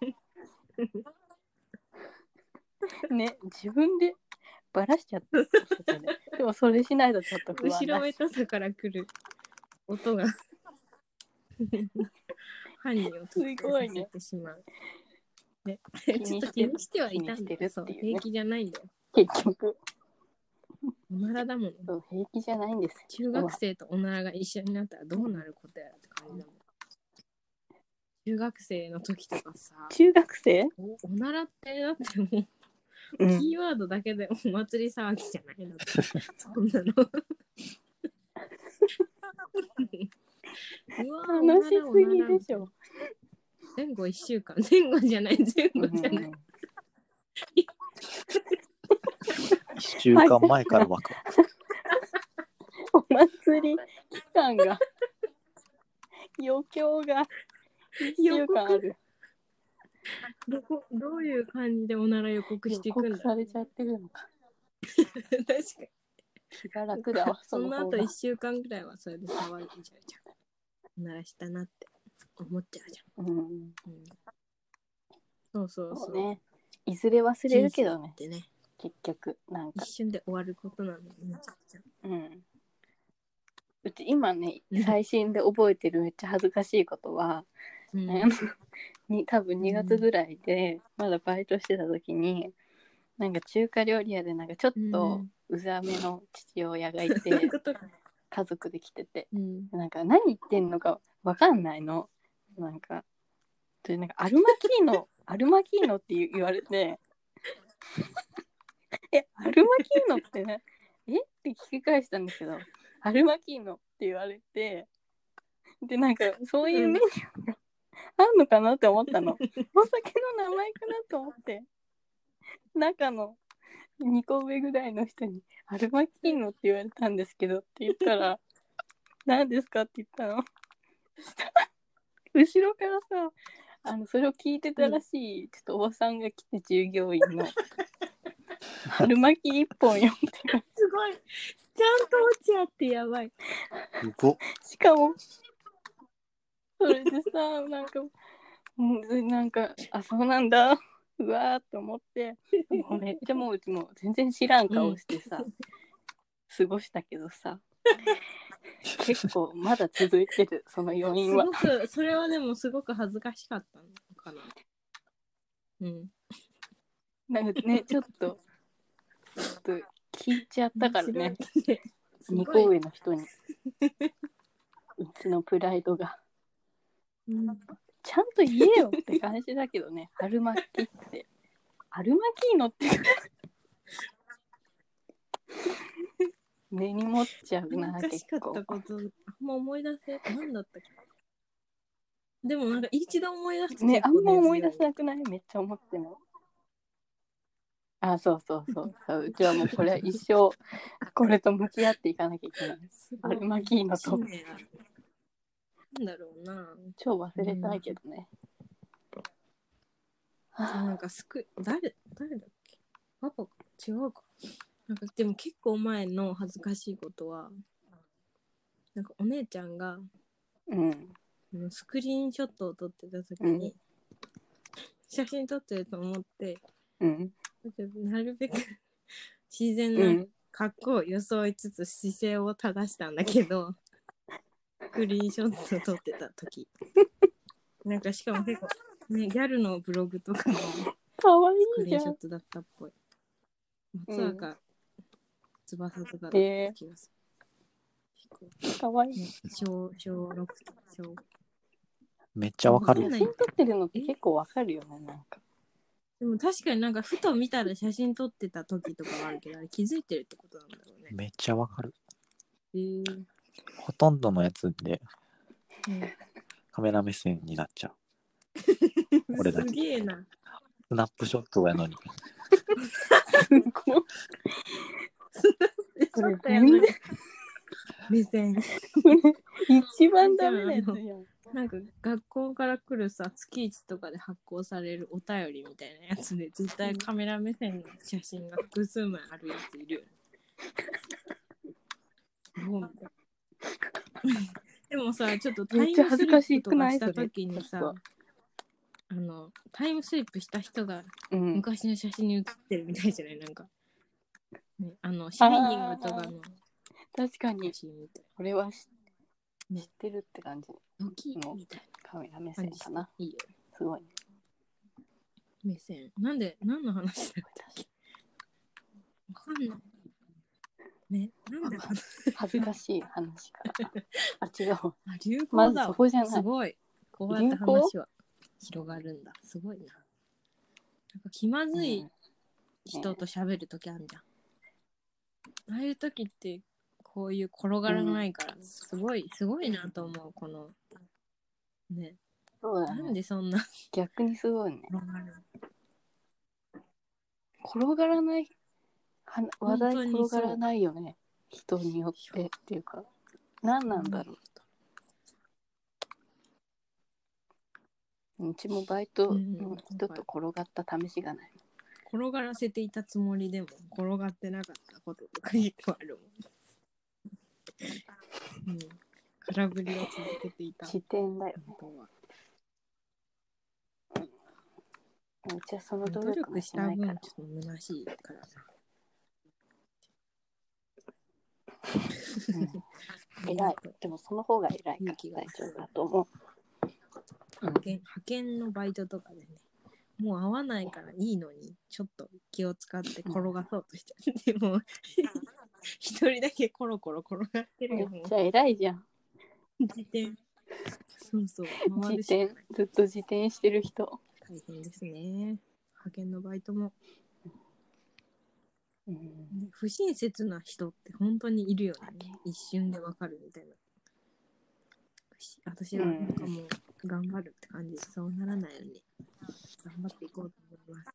ね、自分でバラしちゃった、ね。でもそれしないとちょっと不安だし。 後ろめたさから来る音が犯人を特定させてしまう。ね、ちょっと気にしてはいたんだけど、ね、平気じゃないんだよ。 結局。 おならだもん。 そう平気じゃないんですよ。 中学生とおならが一緒になったらどうなることやって感じだもん。中学生の時とかさ。 中学生？ おならってだってもう、キーワードだけでお祭り騒ぎじゃないの。そんなの。うわ楽しすぎでしょ。 前後1週間。前後じゃない。1 週間前から湧く。 お祭り期間が余興が1週間ある。 どういう感じでおなら予告していくんだ。 予告されちゃってるのか。 確かに。 気が楽だわ。 その後1週間ぐらいはそれで騒いじゃうじゃん。おならしたなって思っちゃうじゃん。そうね。いずれ忘れるけどね。結局なんか一瞬で終わることなのにめちゃくちゃ。 うち今ね、最新で覚えてるめっちゃ恥ずかしいことは、多分2月ぐらいで、まだバイトしてた時に、なんか中華料理屋でなんかちょっとうざめの父親がいて、家族で来てて、なんか何言ってんのかわかんないの。なんかアルマキーノって言われてアルマキーノってねって聞き返したんだけど、アルマキーノって言われて、でなんかそういうメニューがあんのかなって思ったの。お酒の名前かなと思って、中の2個上ぐらいの人にアルマキーノって言われたんですけどって言ったら何ですかって言ったの。後ろからさ、それを聞いてたらしい、ちょっとおばさんが来て、従業員の春巻き1本よってすごい、ちゃんと落ち合ってやばい。 しかもそれでさ、なんかあ、そうなんだ、 うわーって思って、もうめっちゃもううちも全然知らん顔してさ、過ごしたけどさ、結構まだ続いてる、その余韻は。 すごく、それはでもすごく恥ずかしかったのかな。うん。 なんかね、ちょっと聞いちゃったからね。2個上の人に。うちのプライドが。ちゃんと言えよって感じだけどね、春巻きって。春巻きのって根に持っちゃうな、 難しかったこと、あんま思い出せ、なんだったっけ。でもなんか一度思い出すとね、あんま思い出せなくない？めっちゃ思っても。あ、そうそうそうそう。うちはもうこれは一生これと向き合っていかなきゃいけない。春巻きのと。 なんだろうな。 超忘れたいけどね。 なんか誰だっけ？パパか違うか。なんかでも結構前の恥ずかしいことは、なんかお姉ちゃんが、スクリーンショットを撮ってた時に、写真撮ってると思って、なるべく自然な格好を装いつつ姿勢を正したんだけど、スクリーンショット撮ってた時なんかしかも結構ね、ギャルのブログとかのかわいスクリーンショットだったっぽい。松岡翼とかだった気がする。かわいい。 小6小めっちゃわかる。 写真撮ってるのって結構わかるよね、なんか。 でも確かになんかふと見たら写真撮ってた時とかはあるけど、あれ気づいてるってことなんだろうね。 めっちゃわかる。ほとんどのやつで、カメラ目線になっちゃう。これだけ。 すげえな。 スナップショットやのに。 すごい。 これ全然目線。 一番ダメなやつやん。 なんか学校から来るさ、月1とかで発行されるお便りみたいなやつで絶対カメラ目線の写真が複数枚あるやついるよね。でもさ、ちょっとタイムスリップとかした時にさ、タイムスリップした人が昔の写真に写ってるみたいじゃない？なんか、ね、シャイニングとかの確かにこれは知ってるって感じのカメラ目線かな。いいよ。すごいね。 目線。何の話だったっけ？わかんない。ね、なんで恥ずかしい話から。あ、違う。 流行だ。 まずそこじゃない。 すごい。こうやって話は広がるんだ。すごいな。なんか気まずい人と喋るときあるじゃん。ああいうときってこういう転がらないから、すごいなと思う。このね。 そうだね。 なんでそんな逆にすごいね。転がらない話題転がらないよね。人によってっていうか、何なんだろう。うちもバイトの人と転がった試しがない。 転がらせていたつもりでも転がってなかったこととか結構あるもん。空振りを続けていた。 視点だよね。うちはその努力した分ちょっと虚しいからな。 偉い。でもその方が偉いから大丈夫だと思う。 派遣のバイトとかでね、もう合わないからいいのにちょっと気を使って転がそうとしちゃって、もう一人だけコロコロ転がってるよ。 めっちゃ偉いじゃん。 自転。そう自転、ずっと自転してる人。 大変ですね。派遣のバイトも。不親切な人って本当にいるよね。一瞬でわかるみたいな。私はなんかもう頑張るって感じで、そうならないように頑張っていこうと思います。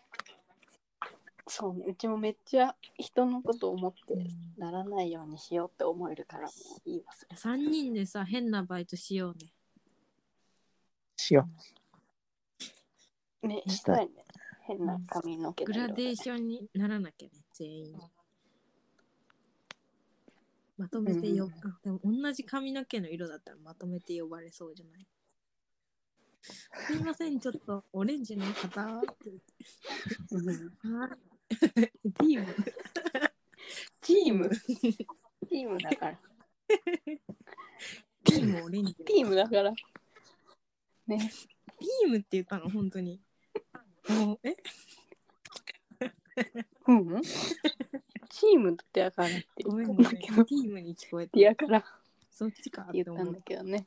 そうね、うちもめっちゃ人のことを思ってならないようにしようって思えるからいいわ。 3人でさ、変なバイトしようね。 しよう。ね、したいね。変な髪の毛の色、グラデーションにならなきゃね、全員。まとめてでも同じ髪の毛の色だったらまとめて呼ばれそうじゃない？ すいません、ちょっとオレンジの方って言って。チーム。 チーム。チームだから。 チームオレンジ。 チームだから。ね。 チームって言ったの、本当に。 うん。チームってやからって言ったんだけど。 チームに聞こえて。 やから。 そっちかって言ったんだけどね。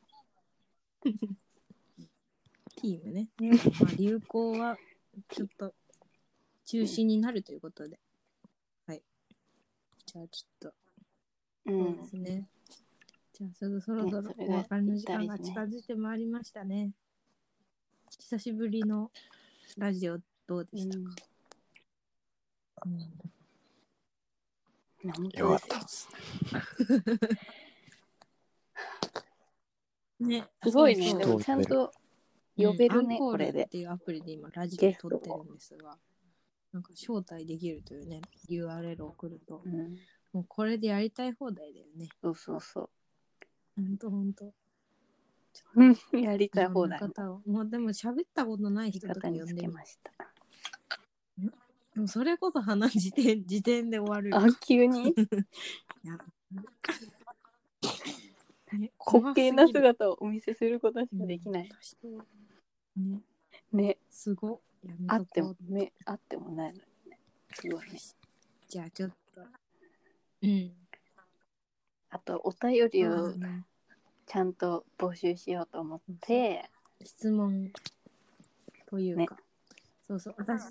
チームね。まあ、流行はちょっと中止になるということで。はい。じゃあちょっと。そうですね。じゃあそろそろお別れの時間が近づいてまいりましたね。久しぶりのラジオどうでしたか？ よかったです。 ね、すごいね。でもちゃんと呼べるね、 これで。っていうアプリで今ラジオ撮ってるんですが、なんか招待できるというね、URL を送ると、もうこれでやりたい放題だよね。 そうそうそう。 ほんと。 やりたい放題。 もうでも喋ったことない人とか呼んでました。でもそれこそ時点で終わる。 あ、急に滑稽な姿をお見せすることしかできない。ね。 すご。 あってもね、あってもないのにね。すごいね。 じゃあちょっと。 あとお便りをちゃんと募集しようと思って。 質問というか。そうそう。私。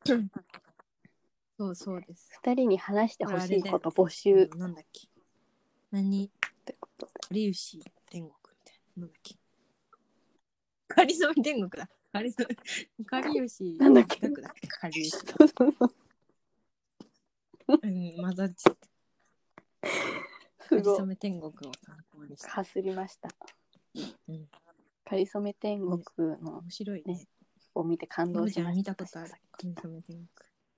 そうです。 2人に話してほしいこと募集。 なんだっけ。ってことで。かりゆし天国みたいな。なんだっけ。かりそめ天国だ。かりゆし。 なんだっけ。 かりゆし。 そう。 混ざっちゃった。かりそめ天国を参考にして。 かすりました。かりそめ天国の面白いね。 を見て感動しました。 見たことある。かりそめ天国。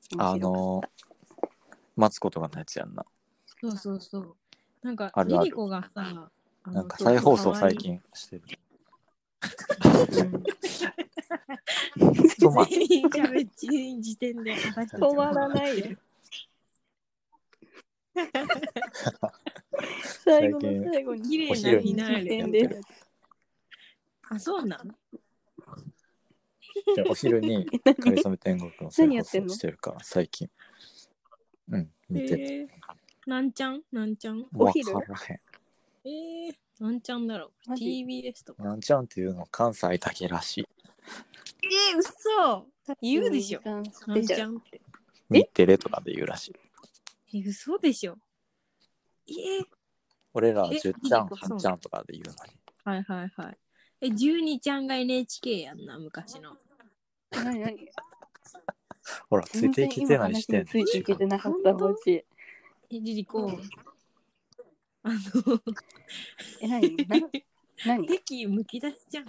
待つことがないやつやんな。 そう。なんかリリコがさ、 なんか再放送最近してる。 時点で止まらないよ。最後の最後に綺麗なフィナーレで。あ、そうなの？ お昼にかりそめ天国の再放送してるから最近。見てて。 なんちゃんお昼わからへん。 なんちゃんだろう。TBS とか。 なんちゃんっていうの関西だけらしい。 嘘。言うでしょ。なんちゃんって。 日テレとかで言うらしい。 嘘でしょ。 俺ら10ちゃん、8ちゃんとかで言うのに。はい。12ちゃんが NHK やんな、昔の。 何ほら、ついてきてない視点。 ついていけてなかったほしい。 リリコ。 何敵むき出しじゃん。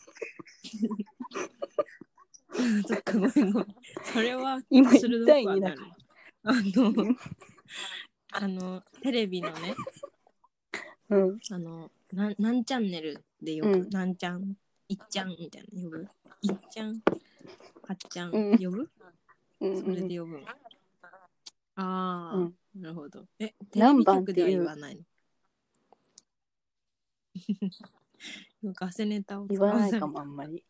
そっか、ごめん。それは今鋭くはなる。 テレビのね、なんチャンネルで呼ぶ、なんちゃん、いっちゃんみたいな呼ぶ。いっちゃん、はっちゃん呼ぶ？それで呼ぶの。なるほど。テレビ局では言わないの？ガセネタを言わないかもあんまり。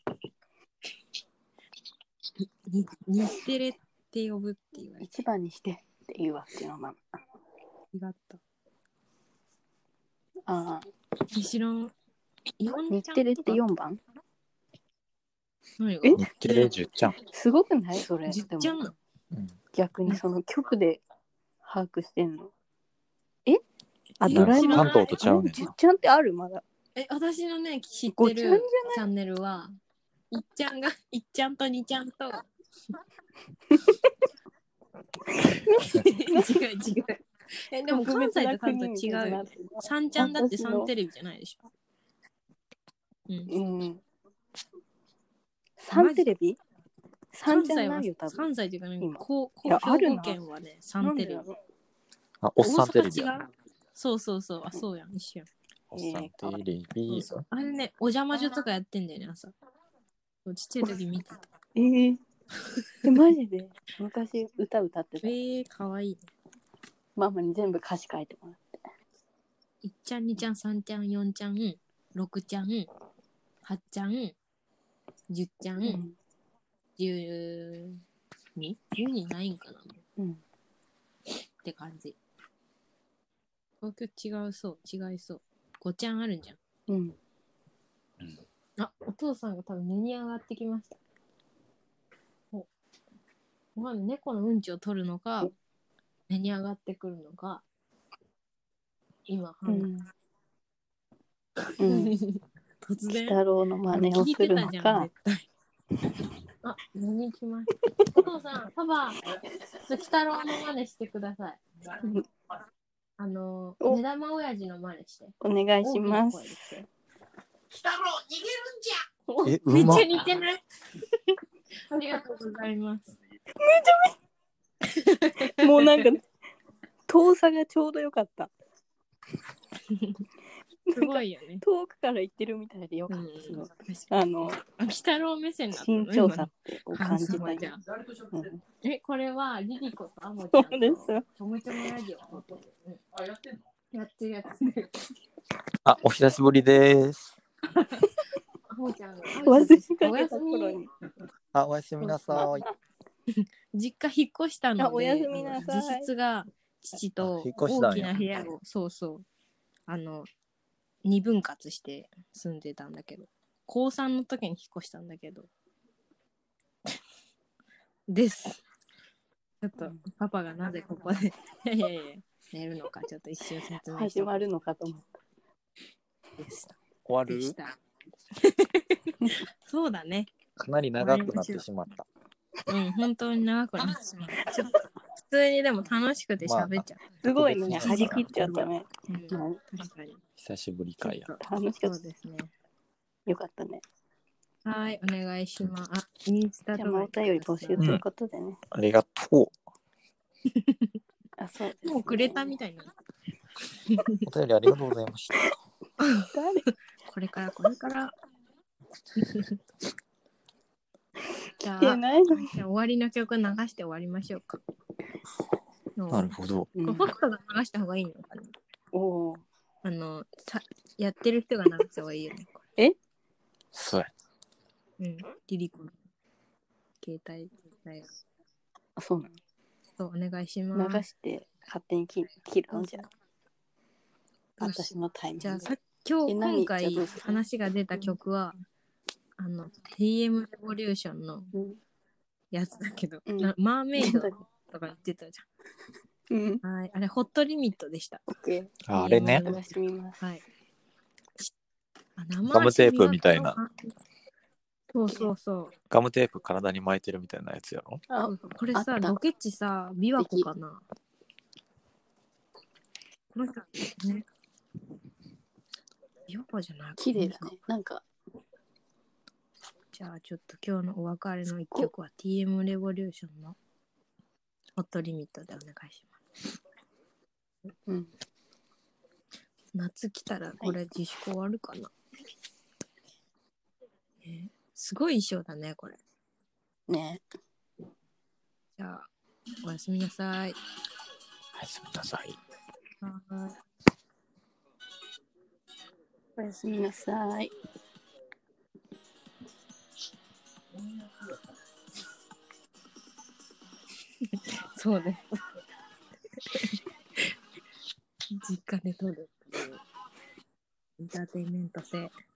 日テレって呼ぶって言われて。 一番にしてって言うわけのまま。 違った。 知らん。日テレって4番？ 日テレ10ちゃん。 すごくないそれ。 10ちゃんなの？ 逆にその局で把握してんの。ドラえもん。 関東とちゃうねん。 10ちゃんってあるまだ。 私のね、知ってるチャンネルは、いっちゃんが、いっちゃんと2ちゃんと。違う。でも関西と関東違うよね。3ちゃんだって3テレビじゃないでしょ。 3テレビ ？3ちゃんないよ、多分。関西っていうかね、兵庫県はね、3テレビ。 おっさんテレビ。 そう。そうやん、一緒やん。 おっさんテレビ。 あれね、お邪魔女とかやってんだよね、朝。 ちっちゃい時見てた。 マジで昔歌歌ってた。 かわいいね。 ママに全部歌詞書いてもらって。 1ちゃん2ちゃん3ちゃん4ちゃん6ちゃん8ちゃん10ちゃん、12?12 ないんかな、って感じ。東京違いそう。5ちゃんあるんじゃん。あ、お父さんが多分寝に上がってきました。まだ猫のうんちを取るのか、寝に上がってくるのか、今判断。突然。 鬼太郎の真似をするのか。 あ、寝に来ました。お父さん、パパ、鬼太郎の真似してください。目玉親父の真似して。 お願いします。 鬼太郎逃げるんじゃ。 めっちゃ似てない？ありがとうございます。 もうなんか遠さがちょうどよかった。 すごいよね。 遠くから行ってるみたいでよかった。 鬼太郎目線だった身長差を感じた。 これはリリコとアモちゃんとちょもちょもラジオ。 あ、やってんの？ やってるやつ。 あ、お久しぶりです。 アモちゃんがおやすみ。 あ、おやすみなさい。 実家引っ越したので、 おやすみなさい。 自室が父と大きな部屋を2分割して住んでたんだけど、高3の時に引っ越したんだけどです。ちょっとパパがなぜここで寝るのかちょっと一瞬説明して始まるのかと思ったでした。 終わる？ そうだね。 かなり長くなってしまった。 本当に長くなってしまった。ちょっと普通にでも楽しくて喋っちゃった。 すごいね、張り切っちゃったね。 確かに。 久しぶりかや。 楽しかった。 そうですね。 よかったね。 はい、お願いします。インスタとかお便り募集ということでね。 ありがとう。 あ、そうですね。 もうくれたみたいな。 お便りありがとうございました。 これから。じゃあ終わりの曲流して終わりましょうか。 なるほど。 ファクトが流した方がいいのかな。やってる人が流した方がいいよね。 そうや。 リリコの携帯だよ。 あ、そうなの。 そう、お願いします。 流して勝手に切るのじゃ。私のタイミング。 じゃあ今回話が出た曲はTM レボリューションのやつだけど、マーメイドとか言ってたじゃん。はい、あれホットリミットでした。 あれね。 はい。 ガムテープみたいな。 そう。 ガムテープ体に巻いてるみたいなやつやろ。 これさ、ロケ地さ、琵琶湖かな。なんかね。琵琶湖じゃないか。 綺麗だね。なんか。 じゃあちょっと今日のお別れの一曲は TM レボリューションのホットリミットでお願いします。夏来たらこれ自粛終わるかな。すごい衣装だねこれ。 ね。 じゃあおやすみなさい。 おやすみなさい。 おやすみなさい。 そうです。実家で撮るエンターテインメント性。